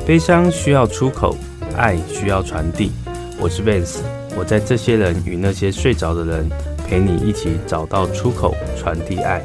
悲伤需要出口，爱需要传递。我是 Vance， 我在这些人与那些睡着的人，陪你一起找到出口，传递爱。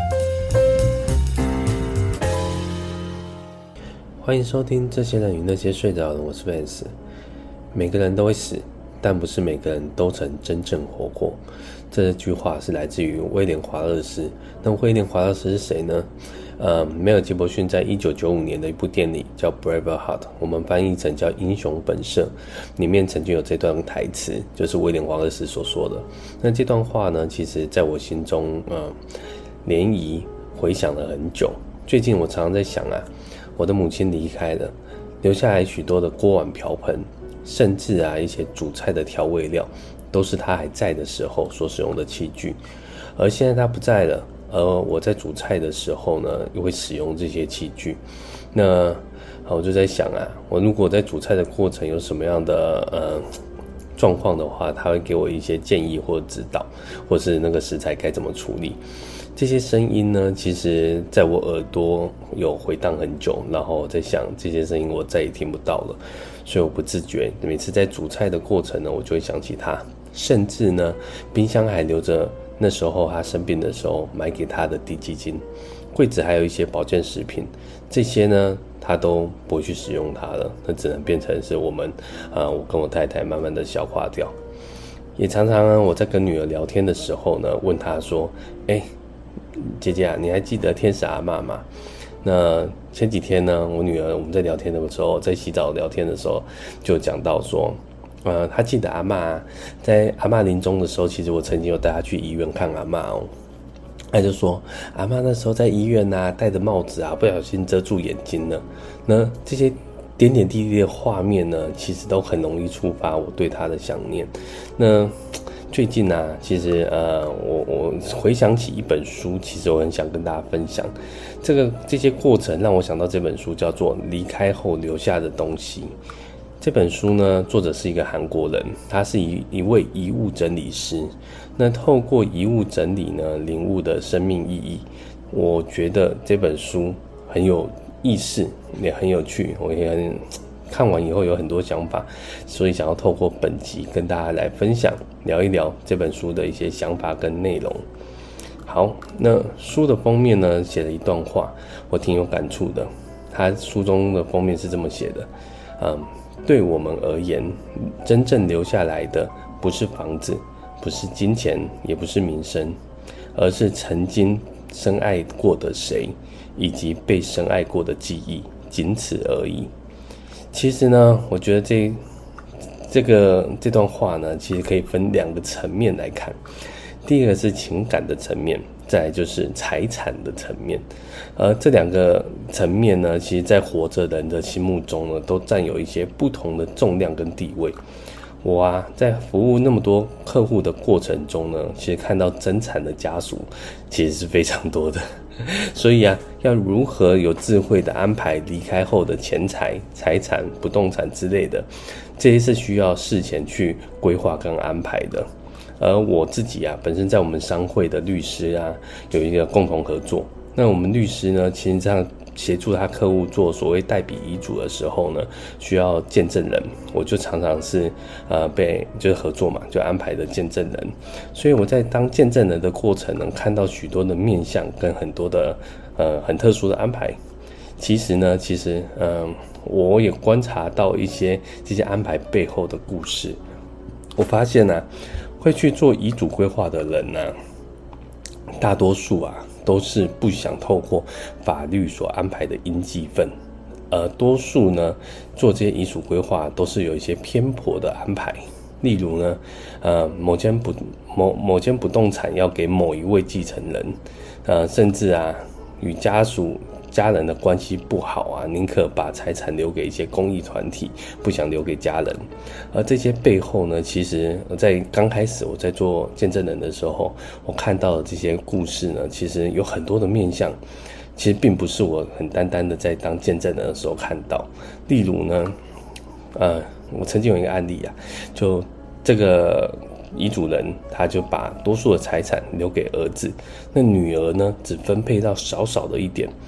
欢迎收听这些人与那些睡着的人，我是 Vance。每个人都会死，但不是每个人都曾真正活过。这句话是来自于威廉·华勒斯。那威廉·华勒斯是谁呢？梅尔·吉伯逊在1995年的一部电影叫《Braveheart》，我们翻译成叫《英雄本色》，里面曾经有这段台词，就是威廉·华勒斯所说的。那这段话呢，其实在我心中涟漪回想了很久。最近我常常在想我的母亲离开了，留下来许多的锅碗瓢盆，甚至一些煮菜的调味料，都是她还在的时候所使用的器具。而现在她不在了，而我在煮菜的时候呢，又会使用这些器具。那我就在想我如果在煮菜的过程有什么样的状况的话，他会给我一些建议或指导，或是那个食材该怎么处理。这些声音呢，其实在我耳朵有回荡很久，然后我在想这些声音我再也听不到了，所以我不自觉每次在煮菜的过程呢，我就会想起他。甚至呢，冰箱还留着那时候他生病的时候买给他的滴鸡精，柜子还有一些保健食品，这些呢他都不会去使用它了，那只能变成是我们我跟我太太慢慢的消化掉。也常常我在跟女儿聊天的时候呢，问她说姐姐你还记得天使阿嬷吗？那前几天呢，我女儿我们在聊天的时候，在洗澡聊天的时候就讲到说她记得阿嬷在阿嬷临终的时候，其实我曾经有带她去医院看阿嬷哦。她就说阿嬷那时候在医院戴着帽子不小心遮住眼睛了。那这些点点滴滴的画面呢，其实都很容易触发我对她的想念。那最近其实我回想起一本书，其实我很想跟大家分享。这些过程让我想到这本书叫做《离开后留下的东西》。这本书呢，作者是一个韩国人，他是一位遗物整理师。那透过遗物整理呢，领悟的生命意义。我觉得这本书很有意思，也很有趣，我也看完以后有很多想法，所以想要透过本集跟大家来分享，聊一聊这本书的一些想法跟内容。好，那书的封面呢，写了一段话，我挺有感触的。他书中的封面是这么写的，对我们而言，真正留下来的不是房子，不是金钱，也不是名声，而是曾经深爱过的谁，以及被深爱过的记忆，仅此而已。其实呢，我觉得这段话呢，其实可以分两个层面来看。第一个是情感的层面，再来就是财产的层面。这两个层面呢，其实在活着人的心目中呢，都占有一些不同的重量跟地位。我在服务那么多客户的过程中呢，其实看到增产的家属其实是非常多的。所以要如何有智慧的安排离开后的钱财、财产、不动产之类的，这些是需要事前去规划跟安排的。而我自己本身在我们商会的律师有一个共同合作。那我们律师呢，其实这样协助他客户做所谓代笔遗嘱的时候呢，需要见证人，我就常常是就是合作嘛，就安排的见证人。所以我在当见证人的过程能看到许多的面向跟很多的很特殊的安排。其实我也观察到一些这些安排背后的故事。我发现会去做遗嘱规划的人大多数都是不想透过法律所安排的应继分，多数呢做这些遗嘱规划都是有一些偏颇的安排。例如呢，某间不动产要给某一位继承人，甚至与家人的关系不好宁可把财产留给一些公益团体，不想留给家人。而这些背后呢，其实在刚开始我在做见证人的时候，我看到的这些故事呢，其实有很多的面向，其实并不是我很单单的在当见证人的时候看到。例如呢，我曾经有一个案例就这个遗嘱人他就把多数的财产留给儿子，那女儿呢只分配到少少的一点。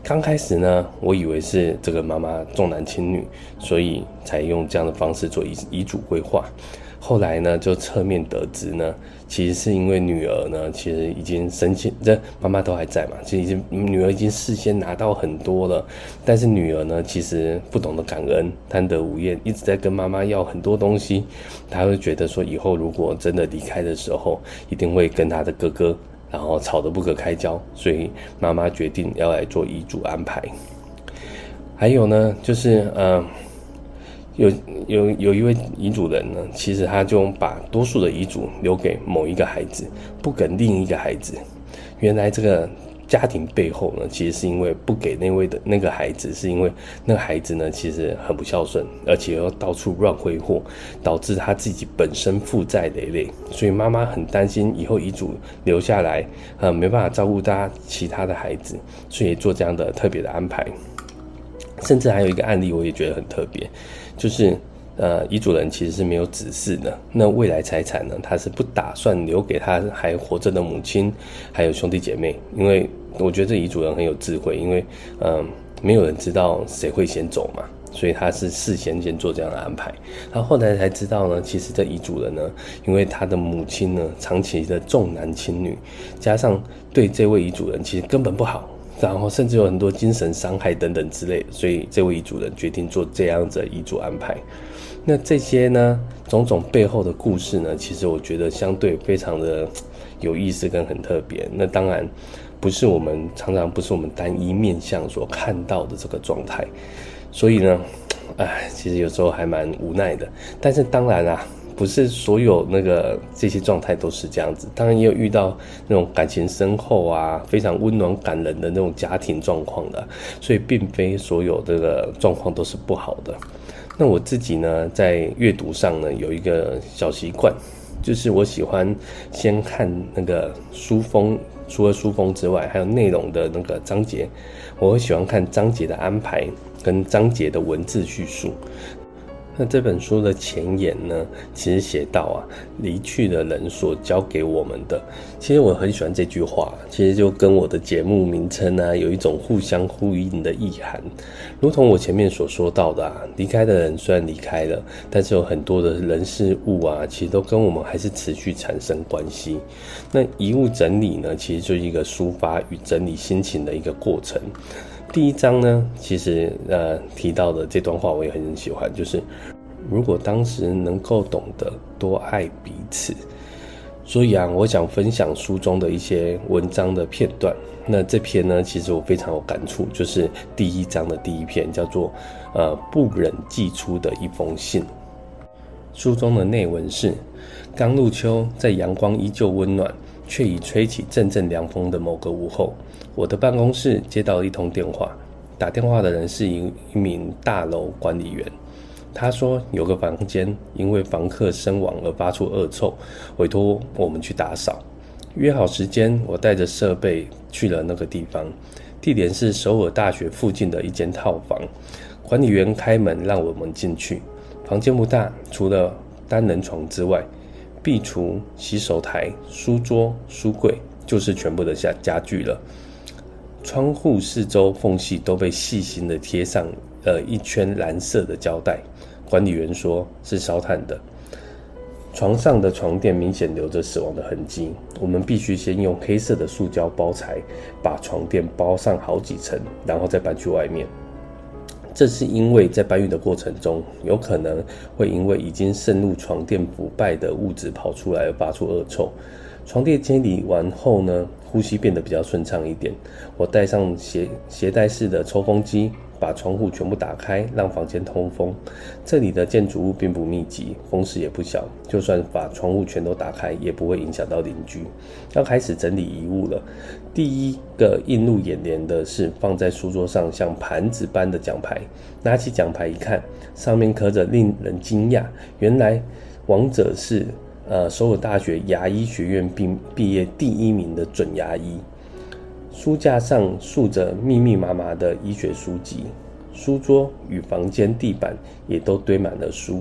刚开始呢，我以为是这个妈妈重男轻女，所以才用这样的方式做遗嘱规划。后来呢，就侧面得知呢，其实是因为女儿呢，其实已经这妈妈都还在嘛，其实女儿已经事先拿到很多了，但是女儿呢，其实不懂得感恩，贪得无厌，一直在跟妈妈要很多东西。她会觉得说，以后如果真的离开的时候，一定会跟她的哥哥，然后吵得不可开交，所以妈妈决定要来做遗嘱安排。还有呢，就是有一位遗嘱人呢，其实他就把多数的遗嘱留给某一个孩子，不给另一个孩子。原来这个家庭背后呢，其实是因为不给那个孩子，是因为那个孩子呢，其实很不孝顺，而且又到处乱挥霍，导致他自己本身负债累累。所以妈妈很担心以后遗嘱留下来，没办法照顾其他的孩子，所以做这样的特别的安排。甚至还有一个案例，我也觉得很特别，就是遗嘱人其实是没有子嗣的，那未来财产呢，他是不打算留给他还活着的母亲还有兄弟姐妹，因为我觉得这遗嘱人很有智慧，因为没有人知道谁会先走嘛，所以他是事先做这样的安排。然后后来才知道呢，其实这遗嘱人呢，因为他的母亲呢长期的重男轻女，加上对这位遗嘱人其实根本不好，然后甚至有很多精神伤害等等之类的，所以这位遗嘱人决定做这样子的遗嘱安排。那这些呢，种种背后的故事呢，其实我觉得相对非常的有意思跟很特别。那当然常常不是我们单一面向所看到的这个状态，所以呢，其实有时候还蛮无奈的。但是当然啦，不是所有这些状态都是这样子，当然也有遇到那种感情深厚啊，非常温暖感人的那种家庭状况的，所以并非所有这个状况都是不好的。那我自己呢，在阅读上呢，有一个小习惯，就是我喜欢先看那个书封，除了书封之外，还有内容的那个章节，我会喜欢看章节的安排跟章节的文字叙述。那这本书的前言呢，其实写到离去的人所教给我们的，其实我很喜欢这句话，其实就跟我的节目名称有一种互相呼应的意涵。如同我前面所说到的离开的人虽然离开了，但是有很多的人事物其实都跟我们还是持续产生关系。那遗物整理呢，其实就是一个抒发与整理心情的一个过程。第一章呢，其实提到的这段话我也很喜欢，就是如果当时能够懂得多爱彼此。所以我想分享书中的一些文章的片段。那这篇呢，其实我非常有感触，就是第一章的第一篇，叫做不忍寄出的一封信。书中的内文是：刚入秋，在阳光依旧温暖却已吹起阵阵凉风的某个午后，我的办公室接到了一通电话。打电话的人是一名大楼管理员，他说有个房间因为房客身亡而发出恶臭，委托我们去打扫。约好时间，我带着设备去了那个地方，地点是首尔大学附近的一间套房。管理员开门让我们进去，房间不大，除了单人床之外，壁橱、洗手台、书桌、书柜就是全部的家具了。窗户四周缝隙都被细心的贴上一圈蓝色的胶带，管理员说是烧炭的。床上的床垫明显留着死亡的痕迹，我们必须先用黑色的塑胶包材把床垫包上好几层，然后再搬去外面。这是因为在搬运的过程中，有可能会因为已经渗入床垫腐败的物质跑出来而发出恶臭。床垫清理完后呢，呼吸变得比较顺畅一点。我带上携带式的抽风机，把窗户全部打开，让房间通风。这里的建筑物并不密集，风势也不小，就算把窗户全都打开，也不会影响到邻居。要开始整理遗物了。第一个映入眼帘的是放在书桌上像盘子般的奖牌。拿起奖牌一看，上面刻着令人惊讶，原来亡者是首尔大学牙医学院毕业第1名的准牙医。书架上竖着密密麻麻的医学书籍，书桌与房间地板也都堆满了书。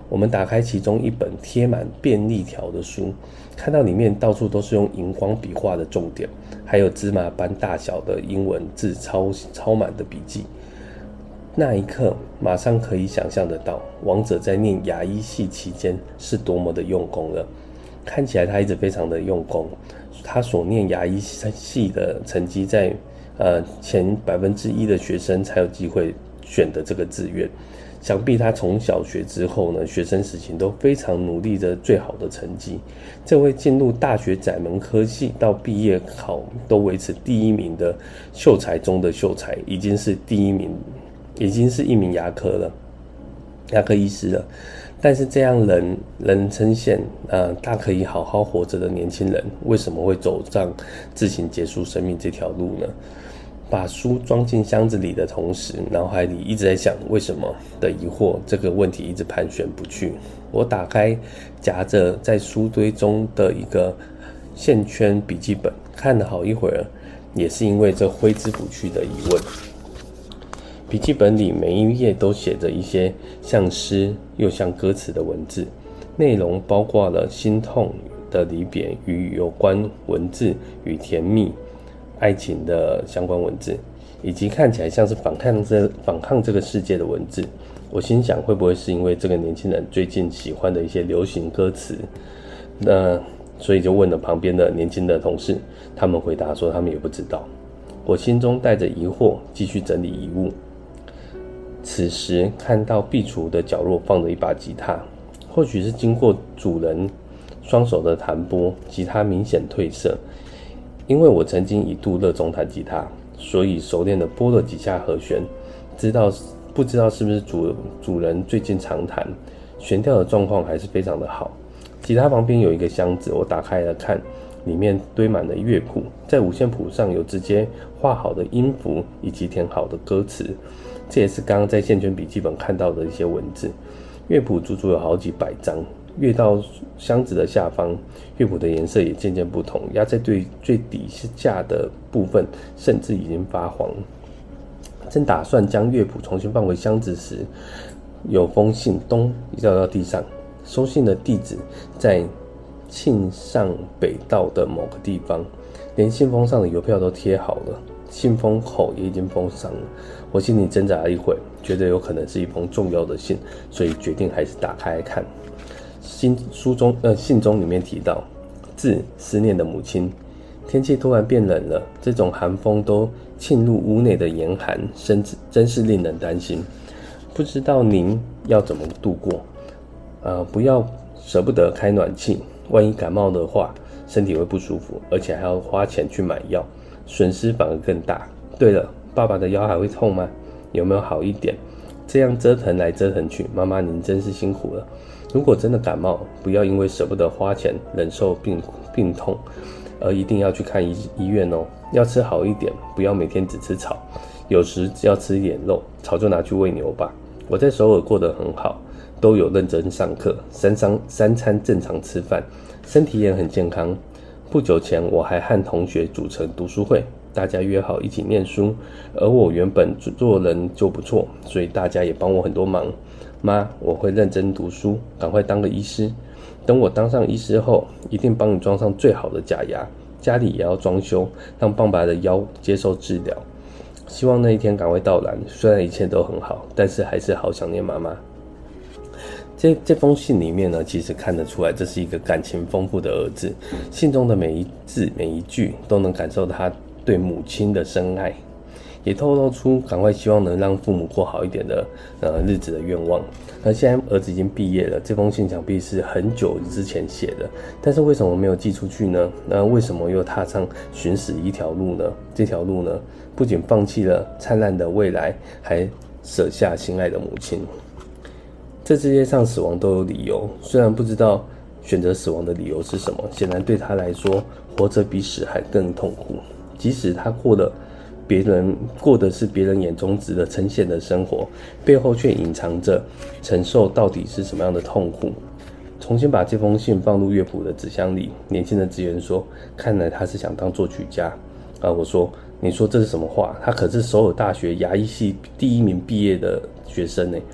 我们打开其中一本贴满便利条的书，看到里面到处都是用荧光笔画的重点，还有芝麻般大小的英文字超满的笔记。那一刻马上可以想象得到，王者在念牙医系期间是多么的用功了。看起来他一直非常的用功，他所念牙医系的成绩在前1%的学生才有机会选的这个志愿。想必他从小学之后呢，学生时期都非常努力的最好的成绩。这位进入大学窄门科系到毕业考都维持第1名的秀才中的秀才，已经是第1名，已经是一名牙科医师了。但是这样人称羡大可以好好活着的年轻人，为什么会走上自行结束生命这条路呢？把书装进箱子里的同时，脑海里一直在想为什么的疑惑，这个问题一直盘旋不去。我打开夹着在书堆中的一个线圈笔记本，看了好一会儿，也是因为这挥之不去的疑问。笔记本里每一页都写着一些像诗又像歌词的文字，内容包括了心痛的离别与有关文字与甜蜜爱情的相关文字，以及看起来像是反抗这个世界的文字。我心想，会不会是因为这个年轻人最近喜欢的一些流行歌词？所以就问了旁边的年轻的同事，他们回答说他们也不知道。我心中带着疑惑，继续整理遗物。此时看到壁橱的角落放着一把吉他，或许是经过主人双手的弹拨，吉他明显褪色。因为我曾经一度热衷弹吉他，所以熟练的拨了几下和弦，不知道是不是主人最近常弹，弦调的状况还是非常的好。吉他旁边有一个箱子，我打开了看，里面堆满了乐谱，在五线谱上有直接画好的音符以及填好的歌词，这也是刚刚在线圈笔记本看到的一些文字。乐谱足足有好几百张，越到箱子的下方，乐谱的颜色也渐渐不同，压在最底下的部分甚至已经发黄。正打算将乐谱重新放回箱子时，有封信咚掉到地上，收信的地址在庆尚北道的某个地方，连信封上的邮票都贴好了，信封口也已经封上了。我心里挣扎了一会，觉得有可能是一封重要的信，所以决定还是打开来看。信中里面提到，致思念的母亲。天气突然变冷了，这种寒风都沁入屋内的严寒，真是令人担心。不知道您要怎么度过？不要舍不得开暖气，万一感冒的话，身体会不舒服，而且还要花钱去买药，损失反而更大。对了，爸爸的腰还会痛吗？有没有好一点？这样折腾来折腾去，妈妈您真是辛苦了。如果真的感冒，不要因为舍不得花钱忍受病痛，而一定要去看医院哦。要吃好一点，不要每天只吃草，有时只要吃一点肉，草就拿去喂牛吧。我在首尔过得很好，都有认真上课，三餐正常吃饭，身体也很健康。不久前我还和同学组成读书会，大家约好一起念书，而我原本做人就不错，所以大家也帮我很多忙。妈，我会认真读书，赶快当个医师。等我当上医师后，一定帮你装上最好的假牙，家里也要装修，让棒爸的腰接受治疗。希望那一天赶快到来，虽然一切都很好，但是还是好想念妈妈。这封信里面呢，其实看得出来，这是一个感情丰富的儿子。信中的每一字每一句，都能感受他对母亲的深爱，也透露出赶快希望能让父母过好一点的日子的愿望。而现在儿子已经毕业了，这封信想必是很久之前写的，但是为什么没有寄出去呢？为什么又踏上寻死一条路呢？这条路呢，不仅放弃了灿烂的未来，还舍下心爱的母亲。这世界上死亡都有理由，虽然不知道选择死亡的理由是什么，显然对他来说，活着比死还更痛苦。即使他过的是别人眼中值得称羡的生活，背后却隐藏着承受到底是什么样的痛苦。重新把这封信放入乐谱的纸箱里，年轻的职员说：“看来他是想当作曲家。”我说：“你说这是什么话？他可是首尔大学牙医系第1名毕业的学生呢。”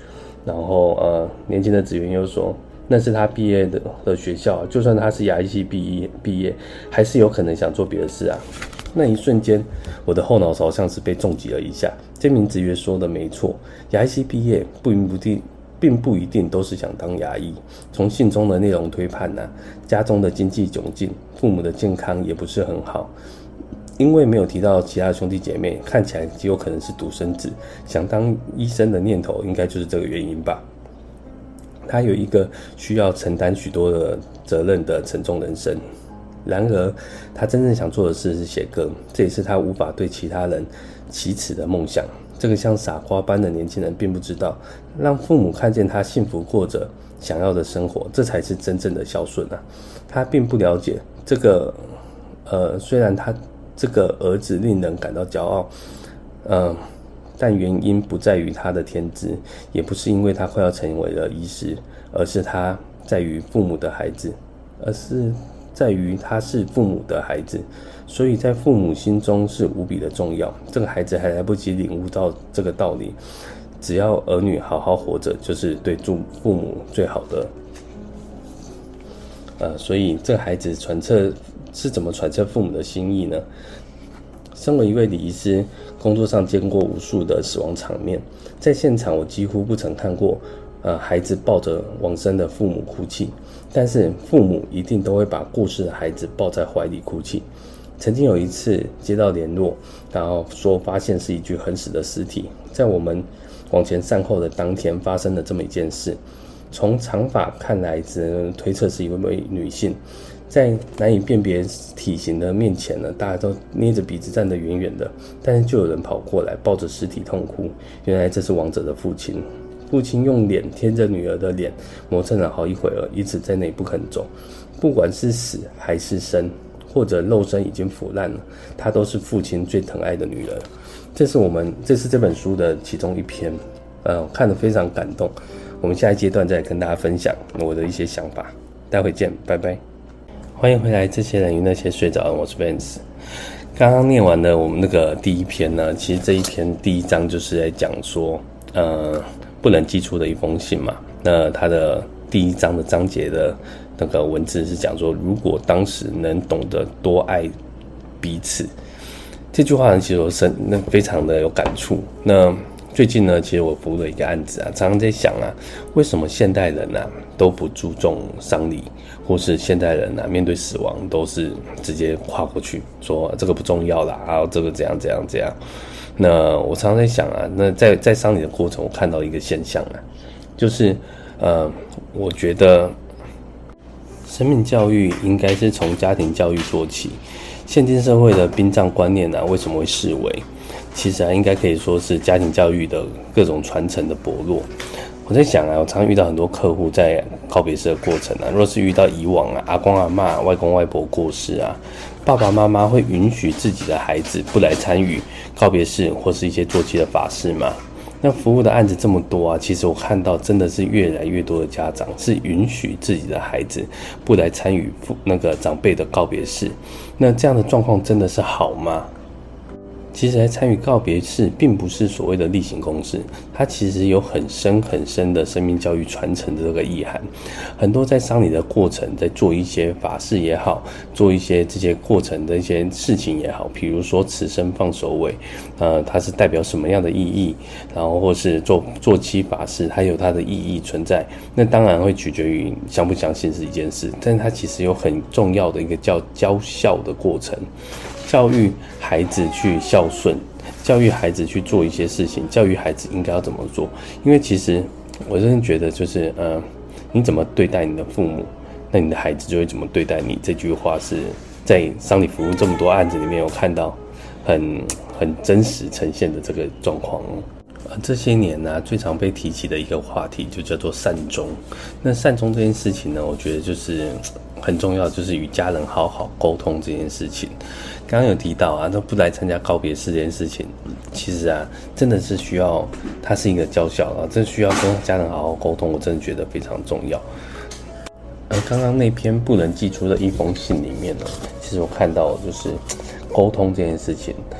然后年轻的职员又说那是他毕业的学校，就算他是牙医系毕业，还是有可能想做别的事啊。那一瞬间，我的后脑勺像是被重击了一下。这名职员说的没错，牙医系毕业并不一定都是想当牙医。从信中的内容推判家中的经济窘境，父母的健康也不是很好。因为没有提到其他的兄弟姐妹，看起来极有可能是独生子，想当医生的念头应该就是这个原因吧。他有一个需要承担许多的责任的沉重人生，然而他真正想做的事是写歌，这也是他无法对其他人启齿的梦想。这个像傻瓜般的年轻人并不知道，让父母看见他幸福过着想要的生活，这才是真正的孝顺啊。他并不了解这个虽然他这个儿子令人感到骄傲，但原因不在于他的天资，也不是因为他快要成为了医师，而是他在于父母的孩子，他是父母的孩子，所以在父母心中是无比的重要。这个孩子还来不及领悟到这个道理，只要儿女好好活着，就是对父母最好的。所以这个孩子是怎么揣测父母的心意呢？身为一位礼仪师，工作上见过无数的死亡场面，在现场我几乎不曾看过孩子抱着往生的父母哭泣，但是父母一定都会把过世的孩子抱在怀里哭泣。曾经有一次接到联络，然后说发现是一具横死的尸体，在我们往前善后的当天发生了这么一件事。从长发看来，只能推测是一位女性。在难以辨别体型的面前呢，大家都捏着鼻子站得远远的，但是就有人跑过来抱着尸体痛哭。原来这是亡者的父亲。父亲用脸贴着女儿的脸磨蹭了好一会儿，一直在那里不肯走。不管是死还是生，或者肉身已经腐烂了，她都是父亲最疼爱的女儿。这是这本书的其中一篇，看得非常感动。我们下一阶段再跟大家分享我的一些想法，待会见，拜拜。欢迎回来，这些人与那些睡着的，我是 Vance。刚刚念完了我们那个第一篇呢，其实这一篇第一章就是在讲说，不能寄出的一封信嘛。那它的第一章的章节的那个文字是讲说，如果当时能懂得多爱彼此，这句话呢，其实我非常的有感触。那最近呢，其实我服务了一个案子常常在想为什么现代人都不注重丧礼，或是现代人面对死亡都是直接跨过去，说这个不重要啦，这个怎样。那我常常在想那在丧礼的过程，我看到一个现象就是我觉得生命教育应该是从家庭教育做起。现今社会的殡葬观念为什么会式微？其实应该可以说是家庭教育的各种传承的薄弱。我在想我常遇到很多客户在告别式的过程若是遇到以往阿公阿嬷、外公外婆过世爸爸妈妈会允许自己的孩子不来参与告别式或是一些做祭的法事吗？那服务的案子这么多其实我看到真的是越来越多的家长是允许自己的孩子不来参与那个长辈的告别式。那这样的状况真的是好吗？其实来参与告别式并不是所谓的例行公事，它其实有很深很深的生命教育传承的这个意涵。很多在丧礼的过程，在做一些法事也好，做一些这些过程的一些事情也好，比如说此生放首尾，它是代表什么样的意义，然后或是做七法事，它有它的意义存在。那当然会取决于相不相信是一件事，但是它其实有很重要的一个叫教孝的过程。教育孩子去孝顺，教育孩子去做一些事情，教育孩子应该要怎么做。因为其实我真的觉得就是你怎么对待你的父母，那你的孩子就会怎么对待你。这句话是在丧礼服务这么多案子里面有看到很真实呈现的这个状况。这些年最常被提起的一个话题就叫做善终。那善终这件事情呢，我觉得就是很重要，就是与家人好好沟通这件事情。刚刚有提到都不来参加告别式这件事情，其实真的是需要，它是一个教孝真的需要跟家人好好沟通，我真的觉得非常重要。而刚刚那篇不能寄出的一封信里面呢，其实我看到就是沟通这件事情。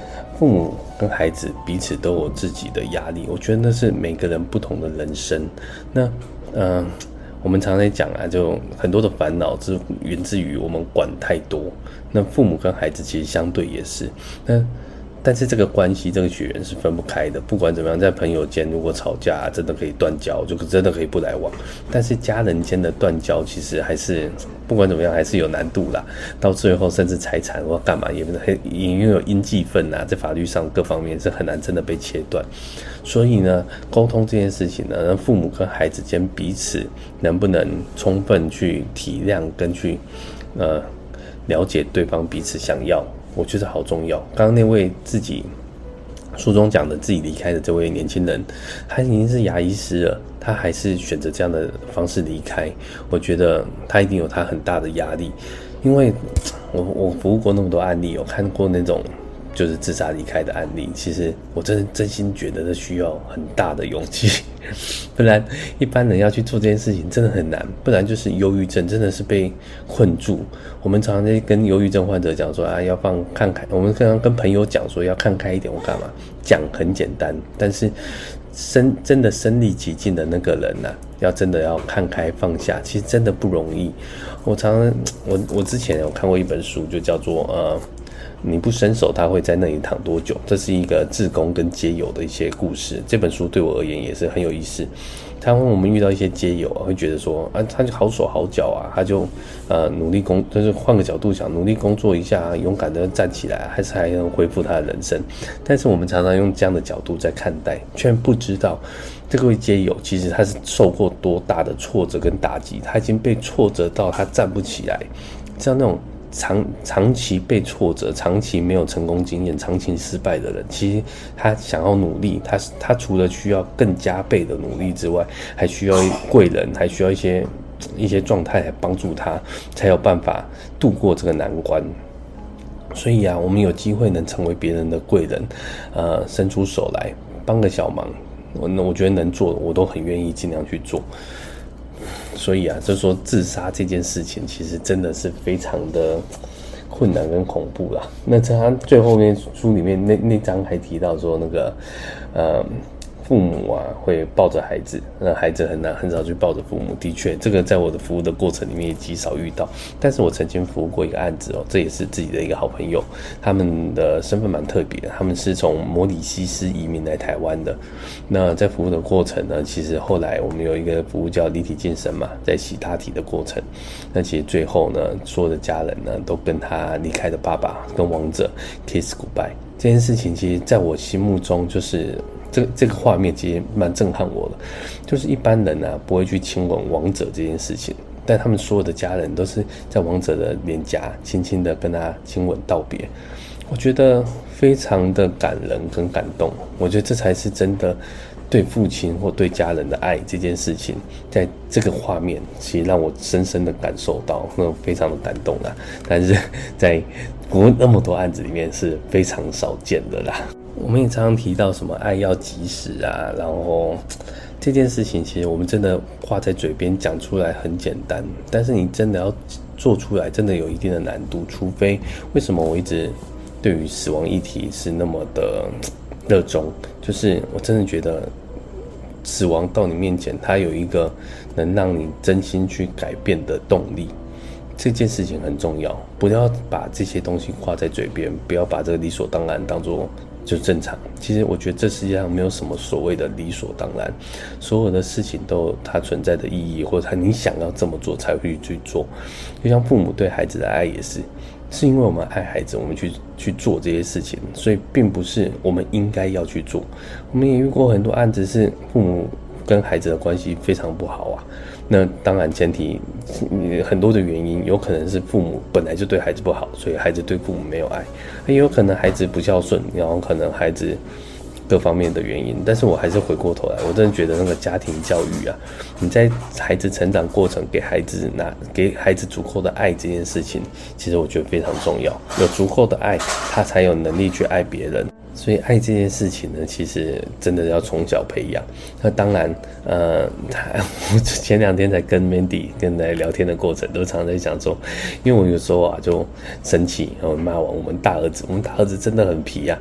父母跟孩子彼此都有自己的压力，我觉得那是每个人不同的人生。那我们常常在讲啊，就很多的烦恼是源自于我们管太多。那父母跟孩子其实相对也是，但是这个关系，这个血缘是分不开的。不管怎么样，在朋友间如果吵架，真的可以断交，就真的可以不来往。但是家人间的断交，其实还是不管怎么样，还是有难度啦。到最后，甚至财产或干嘛，也因为有应继分啊，在法律上各方面是很难真的被切断。所以呢，沟通这件事情呢，父母跟孩子间彼此能不能充分去体谅跟去了解对方彼此想要，我觉得好重要。刚刚那位自己书中讲的自己离开的这位年轻人，他已经是牙医师了，他还是选择这样的方式离开，我觉得他一定有他很大的压力。因为我服务过那么多案例，有看过那种就是自杀离开的案例，其实我真心觉得这需要很大的勇气，不然一般人要去做这件事情真的很难。不然就是忧郁症，真的是被困住。我们常常在跟忧郁症患者讲说啊，要看开。我们刚刚跟朋友讲说要看开一点，我干嘛？讲很简单，但是真的身临其境的那个人啊，要真的要看开放下，其实真的不容易。我之前有看过一本书，就叫做你不伸手，他会在那里躺多久？这是一个志工跟街友的一些故事。这本书对我而言也是很有意思。他问我们遇到一些街友会觉得说啊，他就好手好脚啊，他就努力就是换个角度想，努力工作一下，勇敢的站起来，还能恢复他的人生。但是我们常常用这样的角度在看待，却不知道这位街友其实他是受过多大的挫折跟打击，他已经被挫折到他站不起来，像那种长期被挫折，长期没有成功经验，长期失败的人，其实他想要努力，他除了需要更加倍的努力之外，还需要贵人，还需要一些状态来帮助他，才有办法度过这个难关。所以啊，我们有机会能成为别人的贵人，伸出手来帮个小忙，我觉得能做的我都很愿意尽量去做。所以啊，就说自杀这件事情，其实真的是非常的困难跟恐怖啦。那他最后面书里面那章还提到说，那个父母啊会抱着孩子，那孩子很少去抱着父母。的确，这个在我的服务的过程里面也极少遇到。但是我曾经服务过一个案子这也是自己的一个好朋友，他们的身份蛮特别的，他们是从摩里西斯移民来台湾的。那在服务的过程呢，其实后来我们有一个服务叫立体健身嘛，在洗他体的过程，那其实最后呢，所有的家人呢都跟他离开的爸爸跟亡者 kiss goodbye。这件事情其实在我心目中就是这个画面其实蛮震撼我的，就是一般人啊不会去亲吻亡者这件事情，但他们所有的家人都是在亡者的脸颊轻轻的跟他亲吻道别，我觉得非常的感人跟感动。我觉得这才是真的对父亲或对家人的爱这件事情，在这个画面其实让我深深的感受到，那种非常的感动啦。但是在服务那么多案子里面是非常少见的啦。我们也常常提到什么爱要及时啊，然后这件事情其实我们真的话在嘴边讲出来很简单，但是你真的要做出来真的有一定的难度。除非为什么我一直对于死亡议题是那么的热衷，就是我真的觉得死亡到你面前，它有一个能让你真心去改变的动力，这件事情很重要。不要把这些东西挂在嘴边，不要把这个理所当然当作就正常。其实我觉得这世界上没有什么所谓的理所当然，所有的事情都有它存在的意义，或者你想要这么做才会去做。就像父母对孩子的爱也是因为我们爱孩子，我们去做这些事情，所以并不是我们应该要去做。我们也遇过很多案子是父母跟孩子的关系非常不好啊。那当然前提很多的原因，有可能是父母本来就对孩子不好，所以孩子对父母没有爱，也有可能孩子不孝顺，然后可能孩子各方面的原因。但是我还是回过头来，我真的觉得那个家庭教育啊，你在孩子成长过程给孩子足够的爱这件事情，其实我觉得非常重要。有足够的爱，他才有能力去爱别人。所以爱这件事情呢，其实真的要从小培养。那当然，我前2天才跟 Mandy 在聊天的过程，都常常在讲说，因为我有时候啊就生气，然后骂完我们大儿子真的很皮啊。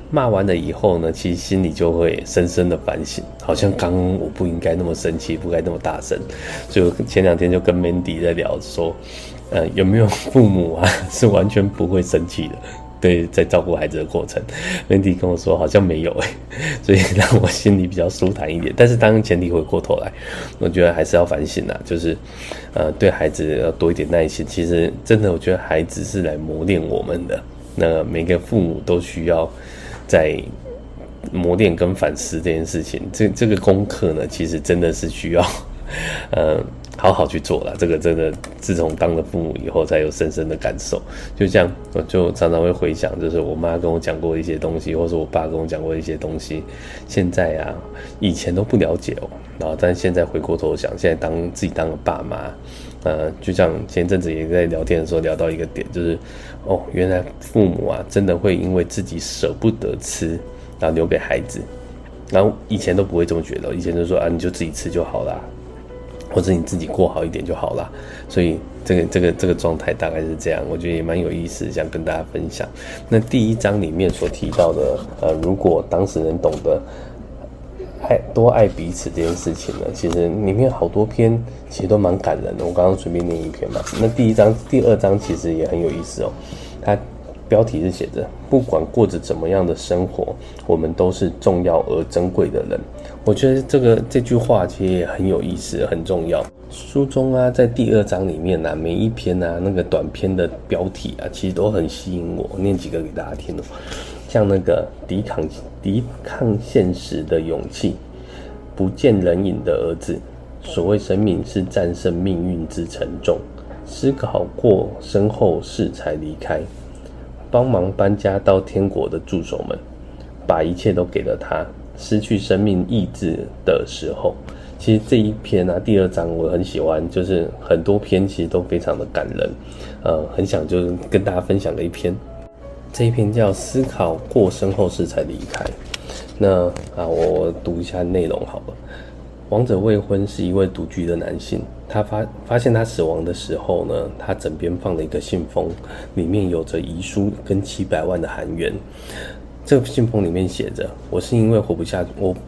骂完了以后呢，其实心里就会深深的反省，好像刚刚我不应该那么生气，不该那么大声。所以我前2天就跟 Mandy 在聊说，有没有父母啊是完全不会生气的？对，在照顾孩子的过程，Mandy 跟我说好像没有所以让我心里比较舒坦一点。但是当前提回过头来，我觉得还是要反省啊，就是对孩子要多一点耐心。其实真的，我觉得孩子是来磨练我们的。那每个父母都需要在磨练跟反思这件事情。这个功课呢，其实真的是需要好好去做啦。这个真的自从当了父母以后才有深深的感受。就这样，我就常常会回想，就是我妈跟我讲过一些东西，或者我爸跟我讲过一些东西，现在啊以前都不了解然后但是现在回过头想，现在自己当了爸妈，就像前阵子也在聊天的时候聊到一个点，就是原来父母啊真的会因为自己舍不得吃，然后留给孩子。然后以前都不会这么觉得，以前就说你就自己吃就好啦，或者你自己过好一点就好啦。所以这个状态大概是这样，我觉得也蛮有意思，想跟大家分享。那第1章里面所提到的，如果当事人懂得多爱彼此这件事情呢，其实里面好多篇其实都蛮感人的。我刚刚随便念一篇嘛。那第2章其实也很有意思它标题是写着不管过着怎么样的生活，我们都是重要而珍贵的人。我觉得这句话其实也很有意思，很重要。书中啊，在第2章里面啊，每一篇啊那个短篇的标题啊，其实都很吸引我。念几个给大家听像那个抵抗现实的勇气，不见人影的儿子，所谓生命是战胜命运之沉重，思考过身后事才离开，帮忙搬家到天国的助手们，把一切都给了他，失去生命意志的时候。其实这一篇啊，第2章我很喜欢，就是很多篇其实都非常的感人，很想就是跟大家分享的一篇。这一篇叫思考过身后事才离开。那我读一下内容好了。亡者未婚是一位独居的男性，他发现他死亡的时候呢，他枕边放了一个信封，里面有着遗书跟700万的韩元。这个信封里面写着：我是因为活不下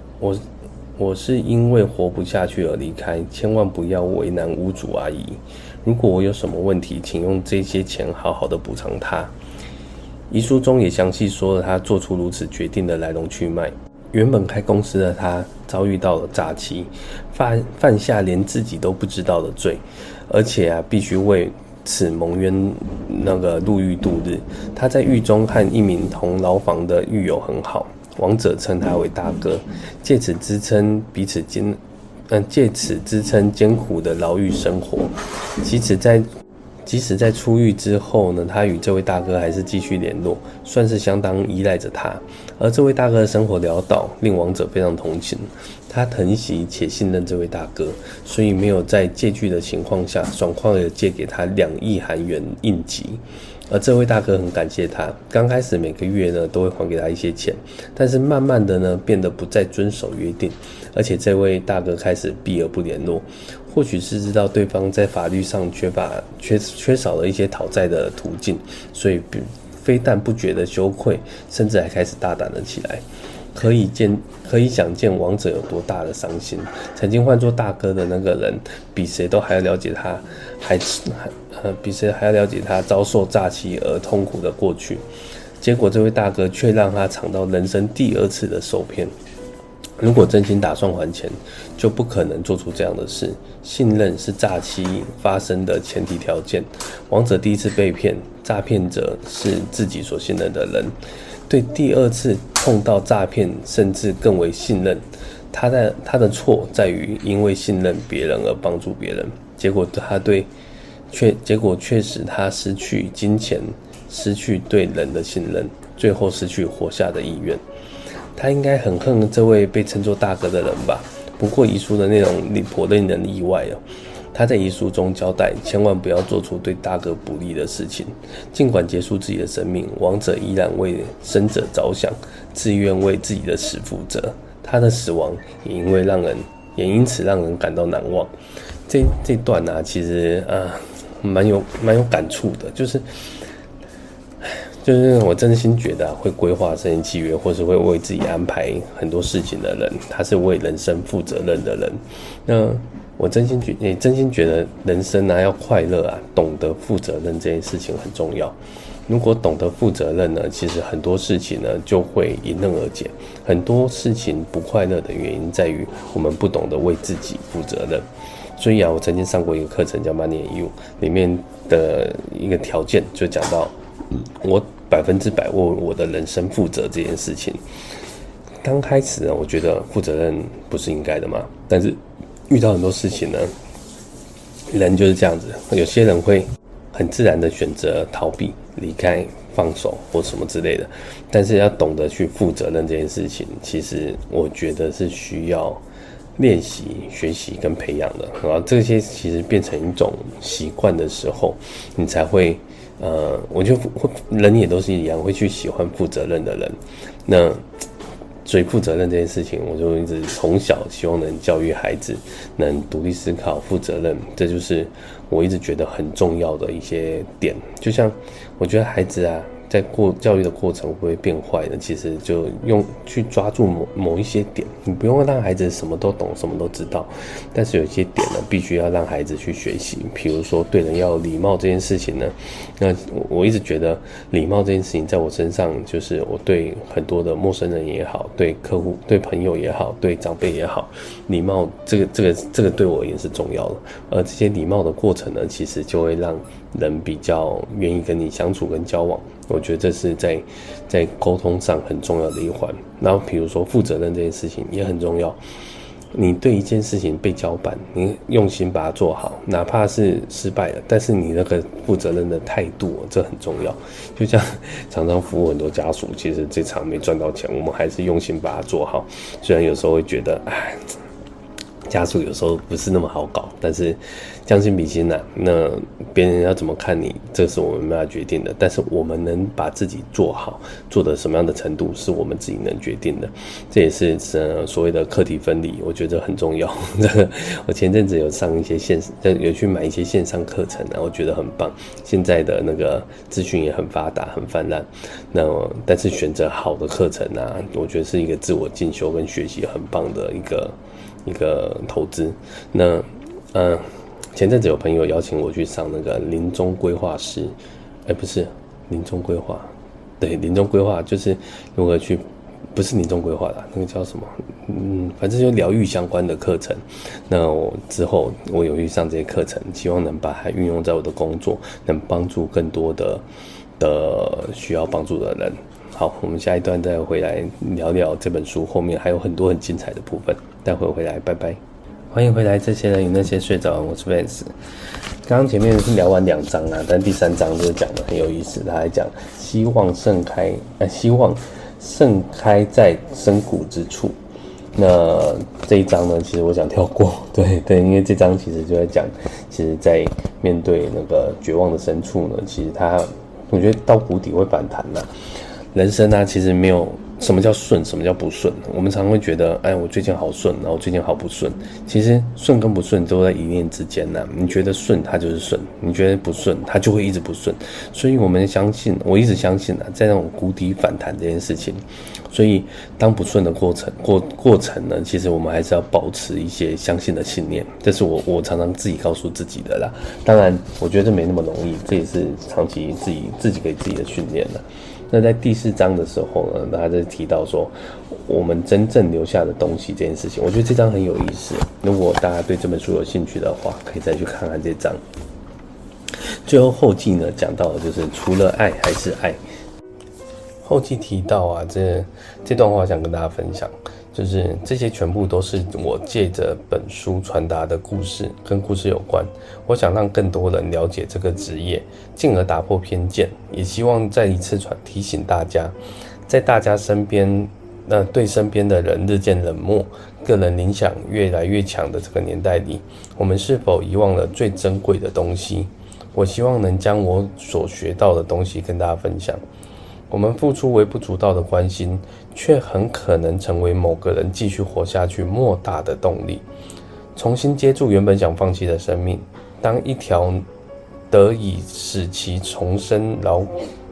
去而离开，千万不要为难屋主阿姨。如果我有什么问题，请用这些钱好好的补偿他。遗书中也详细说了他做出如此决定的来龙去脉。原本开公司的他遭遇到了诈欺，犯下连自己都不知道的罪，而且必须为此蒙冤入狱度日。他在狱中和一名同牢房的狱友很好，亡者称他为大哥，借此支撑艰苦的牢狱生活。即使在出狱之后呢，他与这位大哥还是继续联络，算是相当依赖着他。而这位大哥的生活潦倒，令亡者非常同情。他疼惜且信任这位大哥，所以没有在借据的情况下，爽快地借给他2亿韩元应急。而这位大哥很感谢他，刚开始每个月呢都会还给他一些钱，但是慢慢的呢变得不再遵守约定，而且这位大哥开始避而不联络。或许是知道对方在法律上缺少了一些讨债的途径，所以非但不觉得羞愧，甚至还开始大胆了起来。可以想见亡者有多大的伤心。曾经唤作大哥的那个人，比谁都还要了解他，比谁还要了解他遭受诈欺而痛苦的过去。结果这位大哥却让他尝到人生第2次的受骗。如果真心打算还钱，就不可能做出这样的事。信任是诈欺发生的前提条件。亡者第1次被骗，诈骗者是自己所信任的人，对第2次碰到诈骗甚至更为信任。他的错在于因为信任别人而帮助别人，结果却使他失去金钱，失去对人的信任，最后失去活下的意愿。他应该很恨这位被称作大哥的人吧？不过遗书的内容颇令人意外他在遗书中交代，千万不要做出对大哥不利的事情。尽管结束自己的生命，亡者依然为生者着想，自愿为自己的死负责。他的死亡也因此让人感到难忘。这段其实蛮有感触的，就是就是我真心觉得会规划生前契约，或是会为自己安排很多事情的人，他是为人生负责任的人。那我真心觉得人生要快乐懂得负责任这件事情很重要。如果懂得负责任呢，其实很多事情呢就会迎刃而解。很多事情不快乐的原因在于我们不懂得为自己负责任。所以我曾经上过一个课程叫 Money and You， 里面的一个条件就讲到，我100%为我的人生负责这件事情。刚开始呢，我觉得负责任不是应该的嘛，但是遇到很多事情呢，人就是这样子，有些人会很自然的选择逃避、离开、放手或什么之类的，但是要懂得去负责任这件事情，其实我觉得是需要练习、学习跟培养的。然后这些其实变成一种习惯的时候，你才会我觉得人也都是一样，会去喜欢负责任的人。那所以负责任这件事情，我就一直从小希望能教育孩子能独立思考、负责任，这就是我一直觉得很重要的一些点。就像我觉得孩子在教育的过程会不会变坏呢？其实就去抓住某一些点，你不用让孩子什么都懂、什么都知道，但是有一些点呢，必须要让孩子去学习。比如说对人要有礼貌这件事情呢，那我一直觉得礼貌这件事情在我身上，就是我对很多的陌生人也好，对客户、对朋友也好，对长辈也好，礼貌这个对我也是重要的。而这些礼貌的过程呢，其实就会让人比较愿意跟你相处跟交往。我觉得这是在沟通上很重要的一环。然后比如说负责任这件事情也很重要，你对一件事情被交办，你用心把它做好，哪怕是失败了，但是你那个负责任的态度，这很重要。就像常常服务很多家属，其实这场没赚到钱，我们还是用心把它做好。虽然有时候会觉得家属有时候不是那么好搞，但是将心比心那别人要怎么看你，这是我们没办法决定的。但是我们能把自己做好，做的什么样的程度，是我们自己能决定的。这也是所谓的课题分离，我觉得很重要。我前阵子有上一些有去买一些线上课程我觉得很棒。现在的那个资讯也很发达，很泛滥。但是选择好的课程我觉得是一个自我进修跟学习很棒的一个投资。那前阵子有朋友邀请我去上那个临终规划师，不是临终规划，对，临终规划就是如何去，不是临终规划啦，那个叫什么？反正就疗愈相关的课程。那之后我有去上这些课程，希望能把它运用在我的工作，能帮助更多的需要帮助的人。好，我们下一段再回来聊聊这本书后面还有很多很精彩的部分。待会回来，拜拜。欢迎回来，这些人与那些睡着，我是 Vance。刚刚前面是聊完2章但第3章就是讲的很有意思，他还讲希望盛开在深谷之处。那这一章呢，其实我想跳过，对，因为这章其实就在讲，其实在面对那个绝望的深处呢，其实我觉得到谷底会反弹人生其实没有什么叫顺，什么叫不顺。我们常会觉得我最近好顺，然后最近好不顺。其实顺跟不顺都在一念之间你觉得顺它就是顺，你觉得不顺它就会一直不顺。所以我一直相信在那种谷底反弹这件事情。所以当不顺的过程呢，其实我们还是要保持一些相信的信念。这是我常常自己告诉自己的啦。当然我觉得这没那么容易，这也是长期自己给自己的训练了。那在第4章的时候呢，他就提到说我们真正留下的东西这件事情，我觉得这章很有意思。如果大家对这本书有兴趣的话，可以再去看看这章。最后后记呢，讲到的就是除了爱还是爱。后记提到这段话想跟大家分享，就是这些全部都是我借着本书传达的故事，跟故事有关。我想让更多人了解这个职业，进而打破偏见，也希望再一次提醒大家，在大家身边对身边的人日渐冷漠，个人影响越来越强的这个年代里，我们是否遗忘了最珍贵的东西？我希望能将我所学到的东西跟大家分享。我们付出微不足道的关心，却很可能成为某个人继续活下去莫大的动力。重新接住原本想放弃的生命，当一条得以使其重生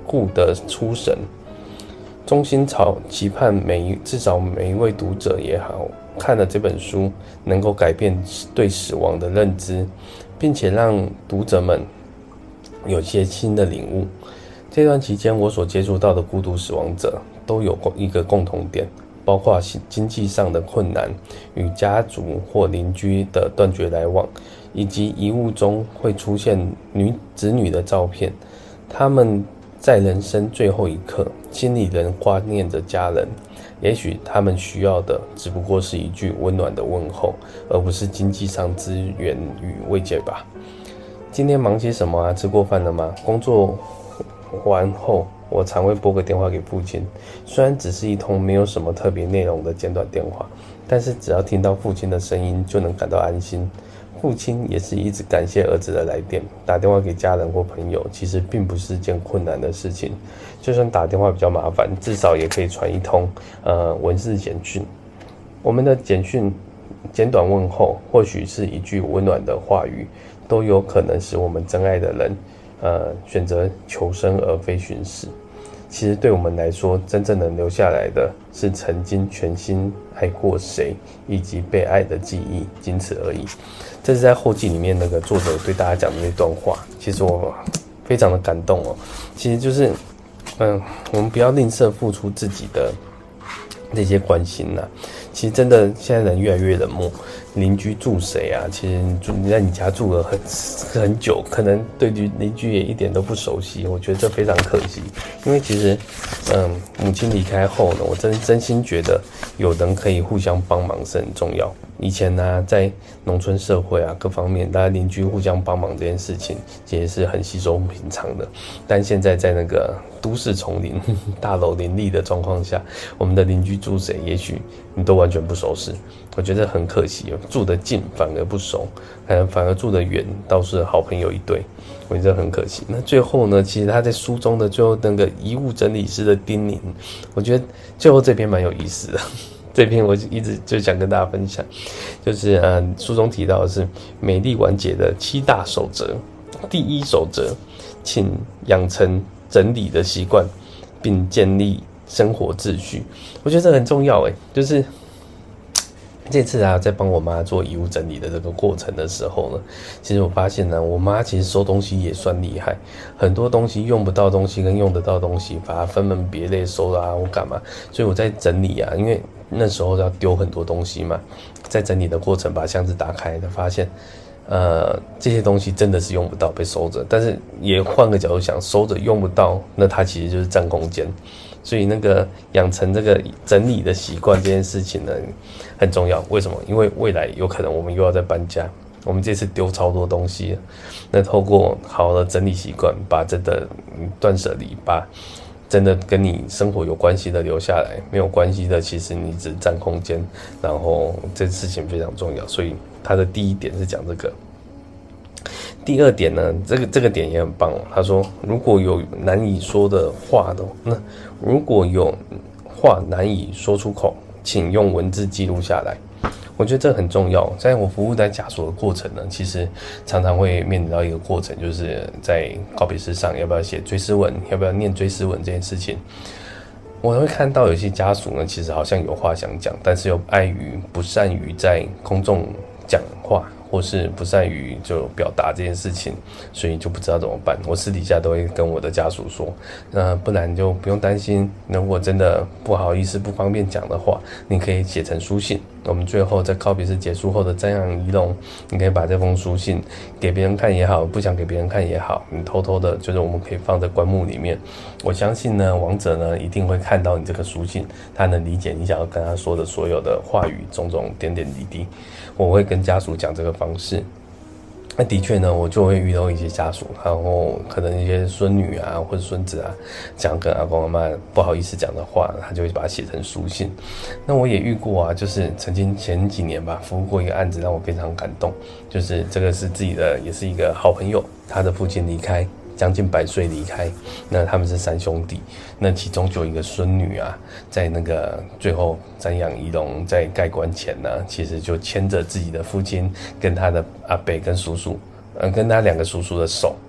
故的出神。衷心期盼至少每一位读者也好，看了这本书能够改变对死亡的认知，并且让读者们有些新的领悟。这段期间我所接触到的孤独死亡者都有一个共同点，包括经济上的困难，与家族或邻居的断绝来往，以及遗物中会出现子女的照片。他们在人生最后一刻，心里仍挂念着家人，也许他们需要的只不过是一句温暖的问候，而不是经济上资源与慰藉吧。今天忙些什么啊？吃过饭了吗？工作完后，我常会拨个电话给父亲，虽然只是一通没有什么特别内容的简短电话，但是只要听到父亲的声音，就能感到安心。父亲也是一直感谢儿子的来电。打电话给家人或朋友，其实并不是件困难的事情。就算打电话比较麻烦，至少也可以传一通文字简讯。我们的简讯简短问候，或许是一句温暖的话语，都有可能使我们真爱的人选择求生而非寻死。其实对我们来说，真正能留下来的是曾经全心爱过谁，以及被爱的记忆，仅此而已。这是在后记里面那个作者对大家讲的那段话，其实我非常的感动哦。其实就是我们不要吝啬付出自己的那些关心啊。其实真的现在人越来越冷漠，邻居住谁啊？其实你在你家住了很久，可能对邻居也一点都不熟悉。我觉得这非常可惜，因为其实母亲离开后呢，我真心觉得有人可以互相帮忙是很重要。以前呢，在农村社会啊，各方面大家邻居互相帮忙这件事情，其实是很稀松平常的。但现在在那个都市丛林、大楼林立的状况下，我们的邻居住谁，也许你都完全不熟识。我觉得很可惜，住得近反而不熟，反而住得远倒是好朋友一对。我觉得很可惜。那最后呢，其实他在书中的最后那个遗物整理师的叮咛，我觉得最后这篇蛮有意思的。这篇我一直就想跟大家分享，就是书中提到的是美丽完结的7大守则。第1守则，请养成整理的习惯，并建立生活秩序。我觉得这很重要就是这次在帮我妈做遗物整理的这个过程的时候呢，其实我发现呢，我妈其实收东西也算厉害，很多东西用不到东西跟用得到东西，把它分门别类收啦，我干嘛？所以我在整理因为那时候要丢很多东西嘛，在整理的过程把箱子打开，发现这些东西真的是用不到，被收着。但是也换个角度想，收着用不到，那它其实就是占空间。所以那个养成这个整理的习惯这件事情呢，很重要。为什么？因为未来有可能我们又要再搬家，我们这次丢超多东西了，那透过好的整理习惯，把真的断舍离，把真的跟你生活有关系的留下来，没有关系的其实你只占空间，然后这事情非常重要。所以他的第1点是讲这个。第2点呢，这个点也很棒他说，如果有难以说的话如果有话难以说出口，请用文字记录下来。我觉得这很重要。在我服务在家属的过程呢，其实常常会面临到一个过程，就是在告别式上要不要写追思文，要不要念追思文这件事情。我会看到有些家属呢，其实好像有话想讲，但是又碍于不善于在公众讲话，或是不善于就表达这件事情，所以就不知道怎么办。我私底下都会跟我的家属说，不然就不用担心，如果真的不好意思不方便讲的话，你可以写成书信。我们最后在告别式结束后的瞻仰仪容，你可以把这封书信给别人看也好，不想给别人看也好，你偷偷的，就是我们可以放在棺木里面。我相信呢，亡者呢一定会看到你这个书信，他能理解你想要跟他说的所有的话语，种种点点滴滴。我会跟家属讲这个方式。那的确呢，我就会遇到一些家属，然后可能一些孙女啊或者孙子啊，想跟阿公阿嬷不好意思讲的话，他就会把它写成书信。那我也遇过就是曾经前几年吧，服务过一个案子，让我非常感动。就是这个是自己的，也是一个好朋友，他的父亲离开，将近100岁离开，那他们是3兄弟，那其中就有一个孙女在那个最后瞻仰仪容在盖棺前呢，其实就牵着自己的父亲跟他的阿伯跟叔叔，跟他2个叔叔的手，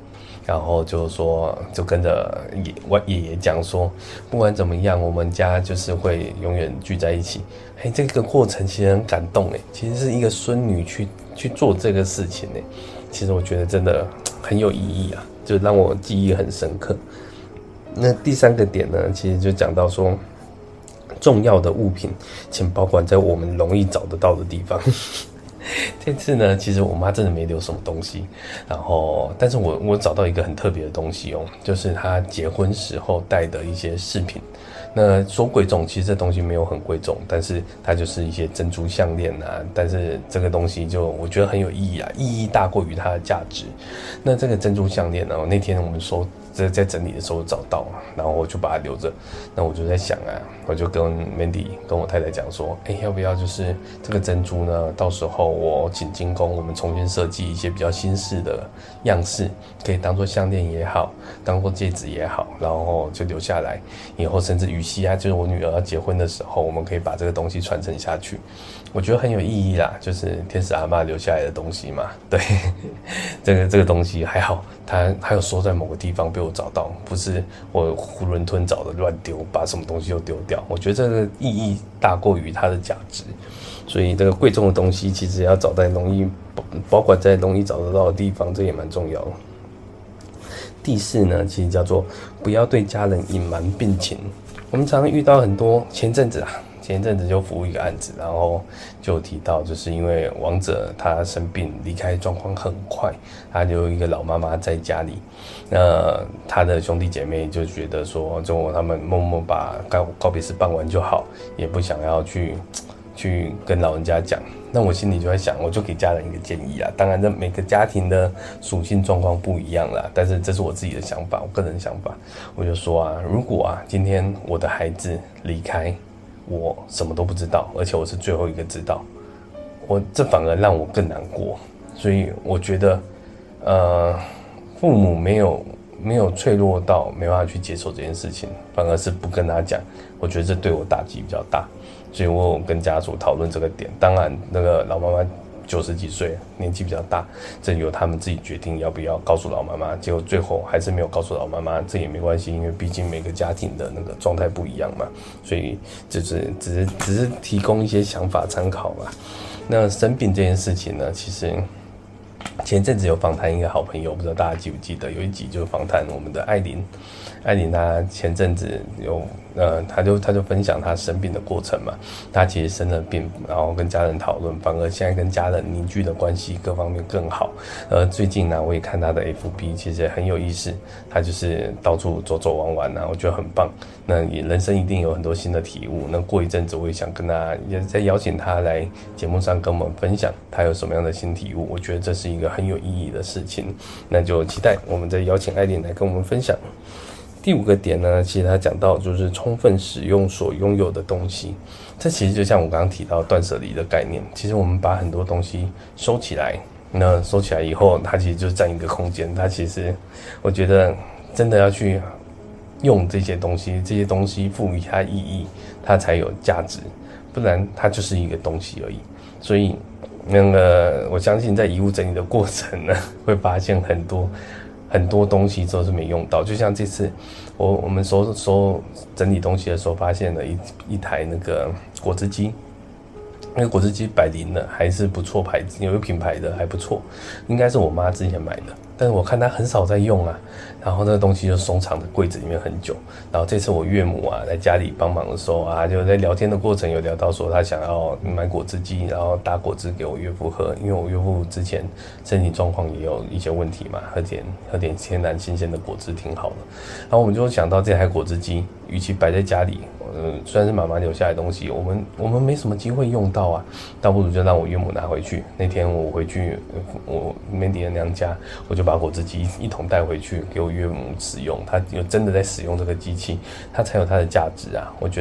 然后就跟着爷爷讲说，不管怎么样，我们家就是会永远聚在一起。这个过程其实很感动其实是一个孙女去做这个事情其实我觉得真的很有意义啊，就让我记忆很深刻。那第3个点呢，其实就讲到说，重要的物品请保管在我们容易找得到的地方。这次呢，其实我妈真的没留什么东西，但是我找到一个很特别的东西就是她结婚时候戴的一些饰品。那说贵重，其实这东西没有很贵重，但是它就是一些珍珠项链但是这个东西我觉得很有意义意义大过于它的价值。那这个珍珠项链呢，那天我们在整理的时候找到，然后我就把它留着。那我就在想我就跟 Mandy 跟我太太讲说，要不要就是这个珍珠呢，到时候我请精工，我们重新设计一些比较新式的样式，可以当做项链也好，当做戒指也好，然后就留下来，以后甚至羽西就是我女儿要结婚的时候，我们可以把这个东西传承下去。我觉得很有意义啦，就是天使阿嬷留下来的东西嘛。对，这个东西还好，它还有收在某个地方被我找到，不是我囫囵吞枣的乱丢，把什么东西都丢掉。我觉得这个意义大过于它的价值，所以这个贵重的东西其实要找在保管在容易找得到的地方，这也蛮重要的。第4呢，其实叫做不要对家人隐瞒病情。我们常常遇到很多，前一阵子就服务一个案子，然后就有提到，就是因为亡者他生病离开状况很快，他就有一个老妈妈在家里，那他的兄弟姐妹就觉得说，就他们默默把告别式办完就好，也不想要去跟老人家讲。那我心里就在想，我就给家人一个建议当然这每个家庭的属性状况不一样啦，但是这是我自己的想法，我个人想法。我就说如果今天我的孩子离开，我什么都不知道，而且我是最后一个知道，这反而让我更难过。所以我觉得父母没有脆弱到没办法去接受这件事情，反而是不跟他讲，我觉得这对我打击比较大。所以我有跟家属讨论这个点。当然那个老妈妈90几岁，年纪比较大，这由他们自己决定要不要告诉老妈妈。结果最后还是没有告诉老妈妈，这也没关系，因为毕竟每个家庭的那个状态不一样嘛，所以就是只是提供一些想法参考嘛。那生病这件事情呢，其实前阵子有访谈一个好朋友，不知道大家记不记得，有一集就访谈我们的艾琳她前阵子她就分享她生病的过程嘛。她其实生了病，然后跟家人讨论，反而现在跟家人凝聚的关系各方面更好。最近呢，我也看她的 FB， 其实也很有意思，她就是到处走走玩玩我觉得很棒。那也人生一定有很多新的体悟。那过一阵子我也想跟她也再邀请她来节目上跟我们分享她有什么样的新体悟。我觉得这是一个很有意义的事情，那就期待我们再邀请艾琳来跟我们分享。第5个点呢，其实他讲到就是充分使用所拥有的东西。这其实就像我刚刚提到断舍离的概念，其实我们把很多东西收起来，那收起来以后，它其实就占一个空间。它其实我觉得真的要去用这些东西赋予它意义，它才有价值，不然它就是一个东西而已。所以我相信在遗物整理的过程呢，会发现很多东西都是没用到。就像这次我们收整理东西的时候，发现了一台那个果汁机。那个果汁机百灵的还是不错牌子，有一个品牌的还不错，应该是我妈之前买的，但是我看她很少在用然后那个东西就收藏在柜子里面很久。然后这次我岳母来家里帮忙的时候就在聊天的过程有聊到说她想要买果汁机，然后打果汁给我岳父喝，因为我岳父之前身体状况也有一些问题嘛，喝点天然新鲜的果汁挺好的。然后我们就想到这台果汁机，与其摆在家里，虽然是妈妈留下来的东西，我们没什么机会用到倒不如就让我岳母拿回去。那天我回去我Mandy的娘家，我就把果汁机一同带回去给我岳母使用，她有真的在使用这个机器，它才有它的价值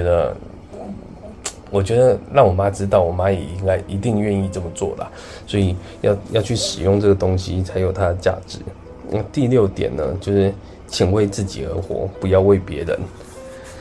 我觉得让我妈知道，我妈也一定愿意这么做的，所以要去使用这个东西才有它的价值。第6点呢，就是请为自己而活，不要为别人。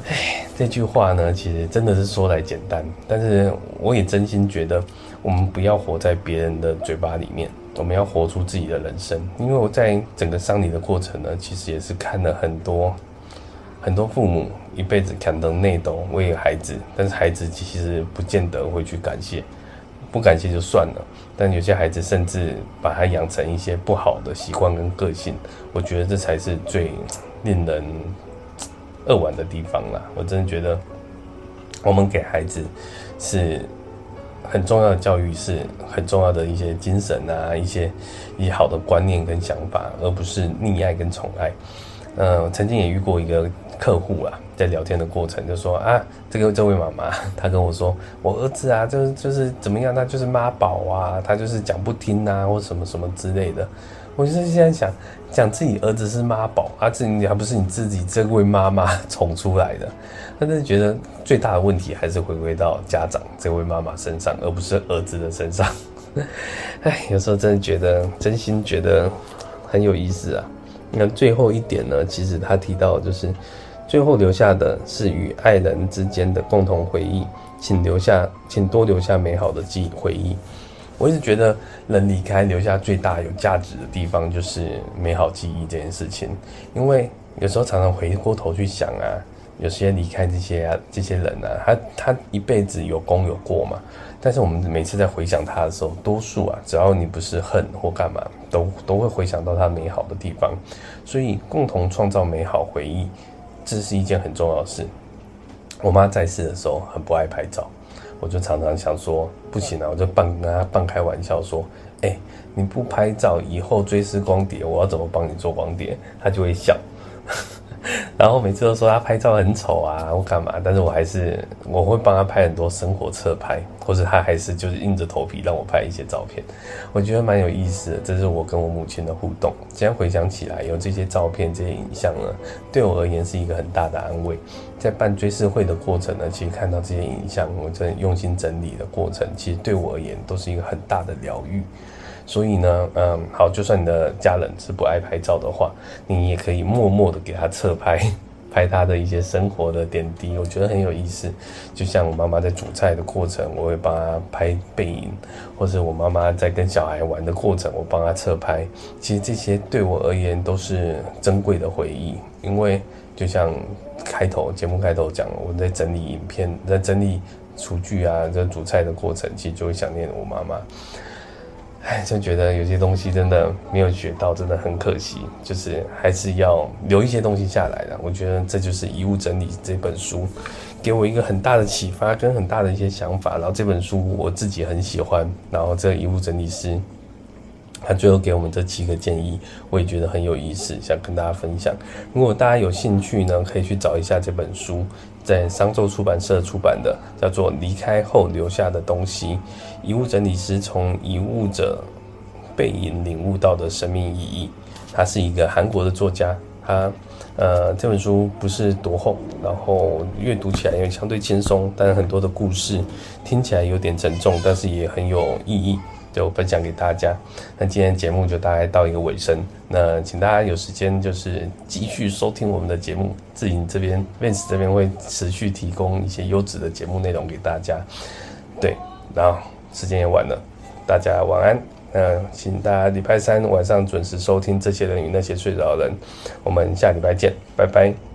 这句话呢，其实真的是说来简单，但是我也真心觉得，我们不要活在别人的嘴巴里面，我们要活出自己的人生。因为我在整个丧礼的过程呢，其实也是看了很多父母一辈子扛灯内斗为孩子，但是孩子其实不见得会去感谢，不感谢就算了，但有些孩子甚至把他养成一些不好的习惯跟个性，我觉得这才是最令人扼腕的地方啦。我真的觉得我们给孩子是很重要的教育，是很重要的一些精神啊，一些好的观念跟想法，而不是溺爱跟宠爱。曾经也遇过一个客户啦，在聊天的过程就说啊，这位妈妈，她跟我说，我儿子啊，就是怎么样，他就是妈宝啊，他就是讲不听啊，或什么什么之类的。我就是现在想讲自己儿子是妈宝啊，你还不是你自己这位妈妈宠出来的？但是觉得最大的问题还是回归到家长这位妈妈身上，而不是儿子的身上。有时候真心觉得很有意思啊。那最后一点呢，其实他提到就是最后留下的是与爱人之间的共同回忆，请多留下美好的回忆。我一直觉得人离开留下最大有价值的地方就是美好记忆这件事情，因为有时候常常回过头去想啊，有些离开这些人啊，他一辈子有功有过嘛，但是我们每次在回想他的时候，多数啊，只要你不是恨或干嘛，都会回想到他美好的地方，所以共同创造美好回忆，这是一件很重要的事。我妈在世的时候很不爱拍照，我就常常想说，不行啊，我就跟她半开玩笑说，你不拍照，以后追思光碟，我要怎么帮你做光碟？她就会笑。然后每次都说他拍照很丑啊，或干嘛，但是我会帮他拍很多生活侧拍，或者他还是就是硬着头皮让我拍一些照片，我觉得蛮有意思的。这是我跟我母亲的互动。现在回想起来，有这些照片、这些影像呢，对我而言是一个很大的安慰。在办追思会的过程呢，其实看到这些影像，我真的用心整理的过程，其实对我而言都是一个很大的疗愈。所以呢，好，就算你的家人是不爱拍照的话，你也可以默默的给他侧拍，拍他的一些生活的点滴，我觉得很有意思。就像我妈妈在煮菜的过程，我会帮她拍背影，或者我妈妈在跟小孩玩的过程，我帮她侧拍。其实这些对我而言都是珍贵的回忆，因为就像节目开头讲，我在整理影片，在整理厨具啊，在煮菜的过程，其实就会想念我妈妈。就觉得有些东西真的没有学到，真的很可惜，就是还是要留一些东西下来的。我觉得这就是《遗物整理》这本书给我一个很大的启发跟很大的一些想法，然后这本书我自己很喜欢，然后这个遗物整理师他最后给我们这7个建议，我也觉得很有意思，想跟大家分享。如果大家有兴趣呢，可以去找一下这本书，在商周出版社出版的，叫做《离开后留下的东西》，遗物整理师从遗物者背影领悟到的生命意义。他是一个韩国的作家，这本书不是多厚，然后阅读起来也相对轻松，但是很多的故事听起来有点沉重，但是也很有意义。就分享给大家。那今天节目就大概到一个尾声，那请大家有时间就是继续收听我们的节目，自己这边 Vance 这边会持续提供一些优质的节目内容给大家。对，然后时间也晚了，大家晚安。请大家礼拜3晚上准时收听《这些人与那些睡着的人》，我们下礼拜见，拜拜。